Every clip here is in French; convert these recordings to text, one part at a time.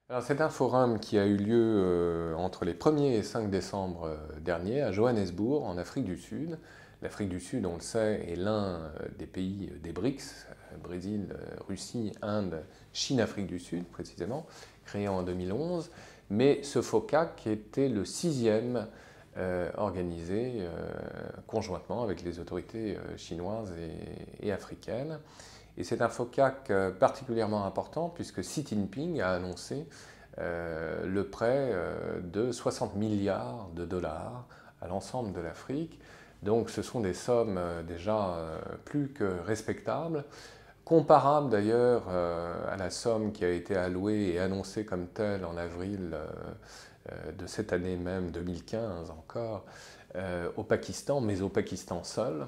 Alors, c'est un forum qui a eu lieu entre les 1er et 5 décembre dernier à Johannesburg, en Afrique du Sud. L'Afrique du Sud, on le sait, est l'un des pays des BRICS, Brésil, Russie, Inde, Chine, Afrique du Sud précisément, créé en 2011. Mais ce FOCAC était le 6e organisé conjointement avec les autorités chinoises et africaines. Et c'est un FOCAC particulièrement important puisque Xi Jinping a annoncé le prêt de 60 milliards de dollars à l'ensemble de l'Afrique. Donc ce sont des sommes déjà plus que respectables, comparables d'ailleurs à la somme qui a été allouée et annoncée comme telle en avril de cette année même, 2015 encore, au Pakistan, mais au Pakistan seul.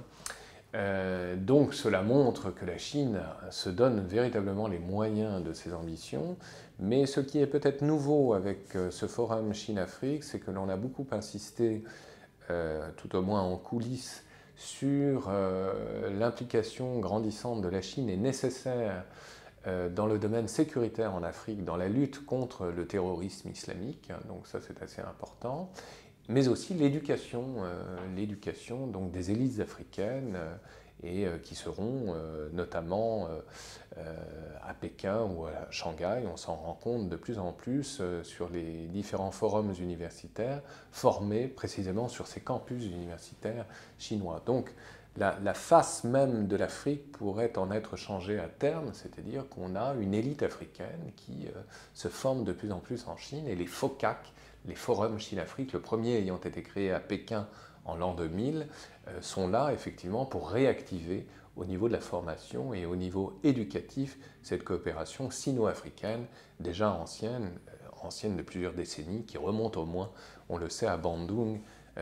Donc cela montre que la Chine se donne véritablement les moyens de ses ambitions, mais ce qui est peut-être nouveau avec ce forum Chine-Afrique, c'est que l'on a beaucoup insisté, tout au moins en coulisses, sur l'implication grandissante de la Chine et nécessaire dans le domaine sécuritaire en Afrique, dans la lutte contre le terrorisme islamique, donc ça c'est assez important, mais aussi l'éducation donc des élites africaines et qui seront notamment à Pékin ou à Shanghai. On s'en rend compte de plus en plus sur les différents forums universitaires formés précisément sur ces campus universitaires chinois. Donc la face même de l'Afrique pourrait en être changée à terme, c'est-à-dire qu'on a une élite africaine qui se forme de plus en plus en Chine et les FOCAC, les forums Chine-Afrique, le premier ayant été créé à Pékin en l'an 2000, sont là effectivement pour réactiver au niveau de la formation et au niveau éducatif cette coopération sino-africaine déjà ancienne de plusieurs décennies, qui remonte au moins, on le sait, à Bandung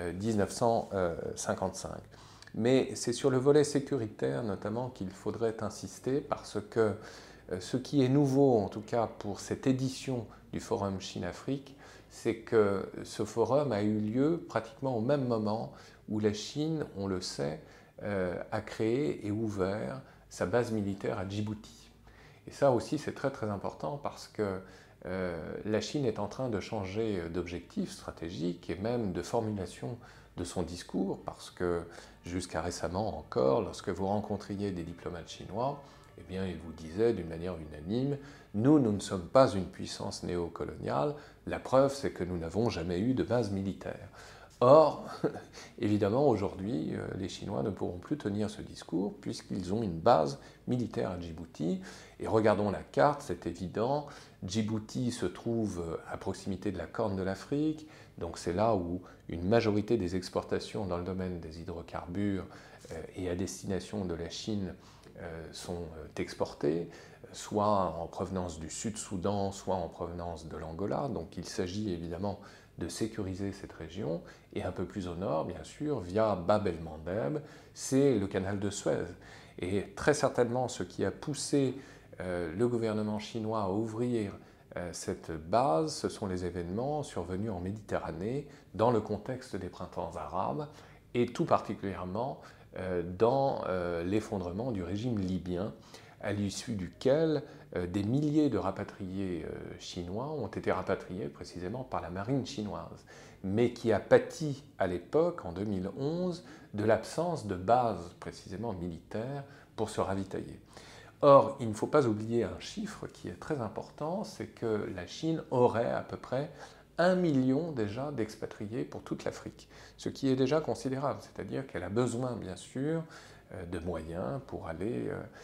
1955. Mais c'est sur le volet sécuritaire notamment qu'il faudrait insister parce que ce qui est nouveau, en tout cas pour cette édition du Forum Chine-Afrique, c'est que ce forum a eu lieu pratiquement au même moment où la Chine, on le sait, a créé et ouvert sa base militaire à Djibouti. Et ça aussi, c'est très très important parce que la Chine est en train de changer d'objectif stratégique et même de formulation de son discours, parce que jusqu'à récemment encore, lorsque vous rencontriez des diplomates chinois, eh bien, ils vous disaient d'une manière unanime, nous ne sommes pas une puissance néocoloniale, la preuve c'est que nous n'avons jamais eu de base militaire. Or, évidemment, aujourd'hui, les Chinois ne pourront plus tenir ce discours puisqu'ils ont une base militaire à Djibouti. Et regardons la carte, c'est évident. Djibouti se trouve à proximité de la Corne de l'Afrique, donc c'est là où une majorité des exportations dans le domaine des hydrocarbures et à destination de la Chine sont exportées, soit en provenance du Sud-Soudan, soit en provenance de l'Angola. Donc il s'agit évidemment de sécuriser cette région. Et un peu plus au nord, bien sûr, via Bab el-Mandeb, c'est le canal de Suez. Et très certainement, ce qui a poussé le gouvernement chinois à ouvrir cette base, ce sont les événements survenus en Méditerranée dans le contexte des printemps arabes et tout particulièrement dans l'effondrement du régime libyen, à l'issue duquel des milliers de rapatriés chinois ont été rapatriés précisément par la marine chinoise, mais qui a pâti à l'époque, en 2011, de l'absence de base précisément militaire pour se ravitailler. Or, il ne faut pas oublier un chiffre qui est très important, c'est que la Chine aurait à peu près 1 million déjà d'expatriés pour toute l'Afrique, ce qui est déjà considérable, c'est-à-dire qu'elle a besoin bien sûr de moyens pour aller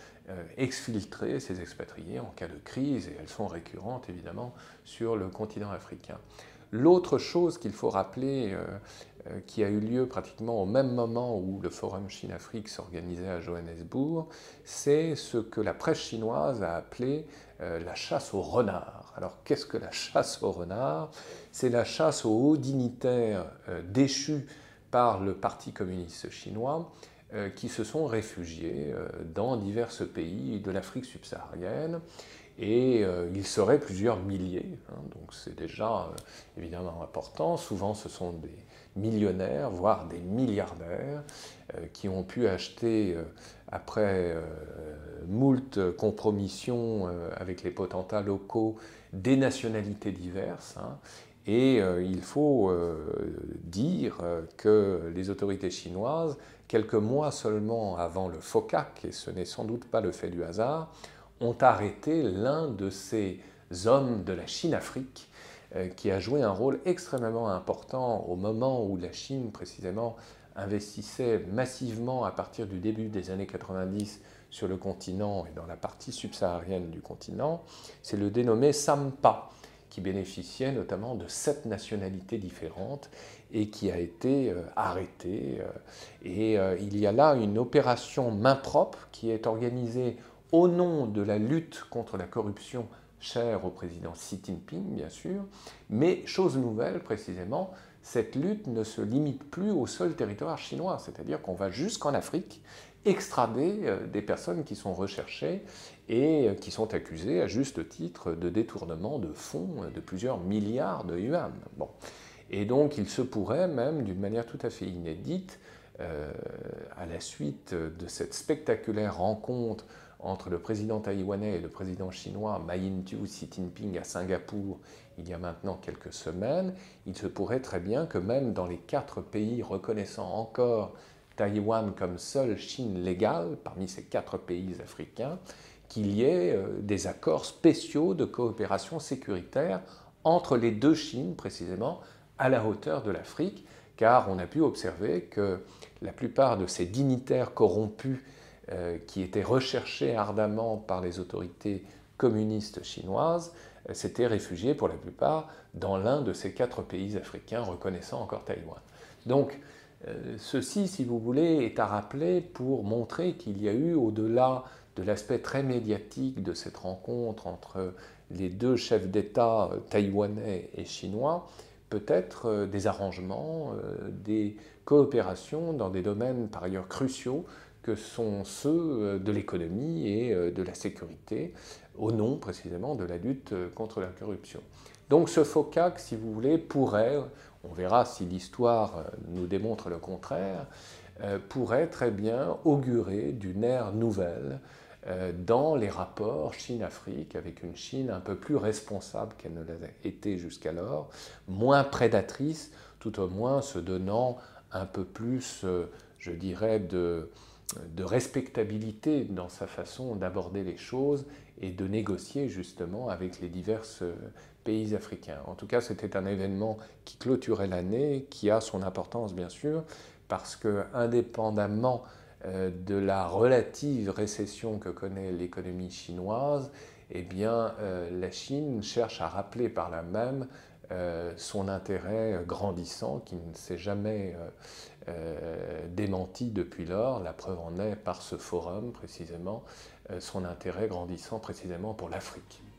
exfiltrer ces expatriés en cas de crise, et elles sont récurrentes évidemment sur le continent africain. L'autre chose qu'il faut rappeler, qui a eu lieu pratiquement au même moment où le Forum Chine-Afrique s'organisait à Johannesburg, c'est ce que la presse chinoise a appelé la chasse au renard. Alors qu'est-ce que la chasse au renard? C'est la chasse aux hauts dignitaires déchus par le Parti communiste chinois qui se sont réfugiés dans divers pays de l'Afrique subsaharienne. Et il serait plusieurs milliers, hein, donc c'est déjà évidemment important. Souvent ce sont des millionnaires, voire des milliardaires, qui ont pu acheter après moult compromissions avec les potentats locaux, des nationalités diverses. Hein, et il faut dire que les autorités chinoises, quelques mois seulement avant le FOCAC, et ce n'est sans doute pas le fait du hasard, ont arrêté l'un de ces hommes de la Chine-Afrique qui a joué un rôle extrêmement important au moment où la Chine, précisément, investissait massivement à partir du début des années 90 sur le continent et dans la partie subsaharienne du continent. C'est le dénommé Sampa, qui bénéficiait notamment de 7 nationalités différentes et qui a été arrêté. Il y a là une opération main propre qui est organisée au nom de la lutte contre la corruption chère au président Xi Jinping, bien sûr, mais chose nouvelle précisément, cette lutte ne se limite plus au seul territoire chinois, c'est-à-dire qu'on va jusqu'en Afrique extrader des personnes qui sont recherchées et qui sont accusées à juste titre de détournement de fonds de plusieurs milliards de yuan. Bon. Et donc il se pourrait même, d'une manière tout à fait inédite, à la suite de cette spectaculaire rencontre entre le président taïwanais et le président chinois Ma Ying-jeou Xi Jinping à Singapour il y a maintenant quelques semaines, il se pourrait très bien que même dans les 4 pays reconnaissant encore Taïwan comme seule Chine légale, parmi ces 4 pays africains, qu'il y ait des accords spéciaux de coopération sécuritaire entre les 2 Chines, précisément, à la hauteur de l'Afrique, car on a pu observer que la plupart de ces dignitaires corrompus qui étaient recherchés ardemment par les autorités communistes chinoises s'étaient réfugiés pour la plupart dans l'un de ces 4 pays africains reconnaissant encore Taïwan. Donc, ceci, si vous voulez, est à rappeler pour montrer qu'il y a eu, au-delà de l'aspect très médiatique de cette rencontre entre les 2 chefs d'État taïwanais et chinois, peut-être des arrangements, des coopérations dans des domaines par ailleurs cruciaux que sont ceux de l'économie et de la sécurité, au nom précisément de la lutte contre la corruption. Donc ce FOCAC, si vous voulez, pourrait, on verra si l'histoire nous démontre le contraire, pourrait très bien augurer d'une ère nouvelle dans les rapports Chine-Afrique, avec une Chine un peu plus responsable qu'elle ne l'a été jusqu'alors, moins prédatrice, tout au moins se donnant un peu plus, je dirais, de respectabilité dans sa façon d'aborder les choses et de négocier justement avec les divers pays africains. En tout cas, c'était un événement qui clôturait l'année, qui a son importance bien sûr, parce que indépendamment de la relative récession que connaît l'économie chinoise, eh bien, la Chine cherche à rappeler par là même son intérêt grandissant qui ne s'est jamais démenti depuis lors. La preuve en est par ce forum précisément, son intérêt grandissant précisément pour l'Afrique.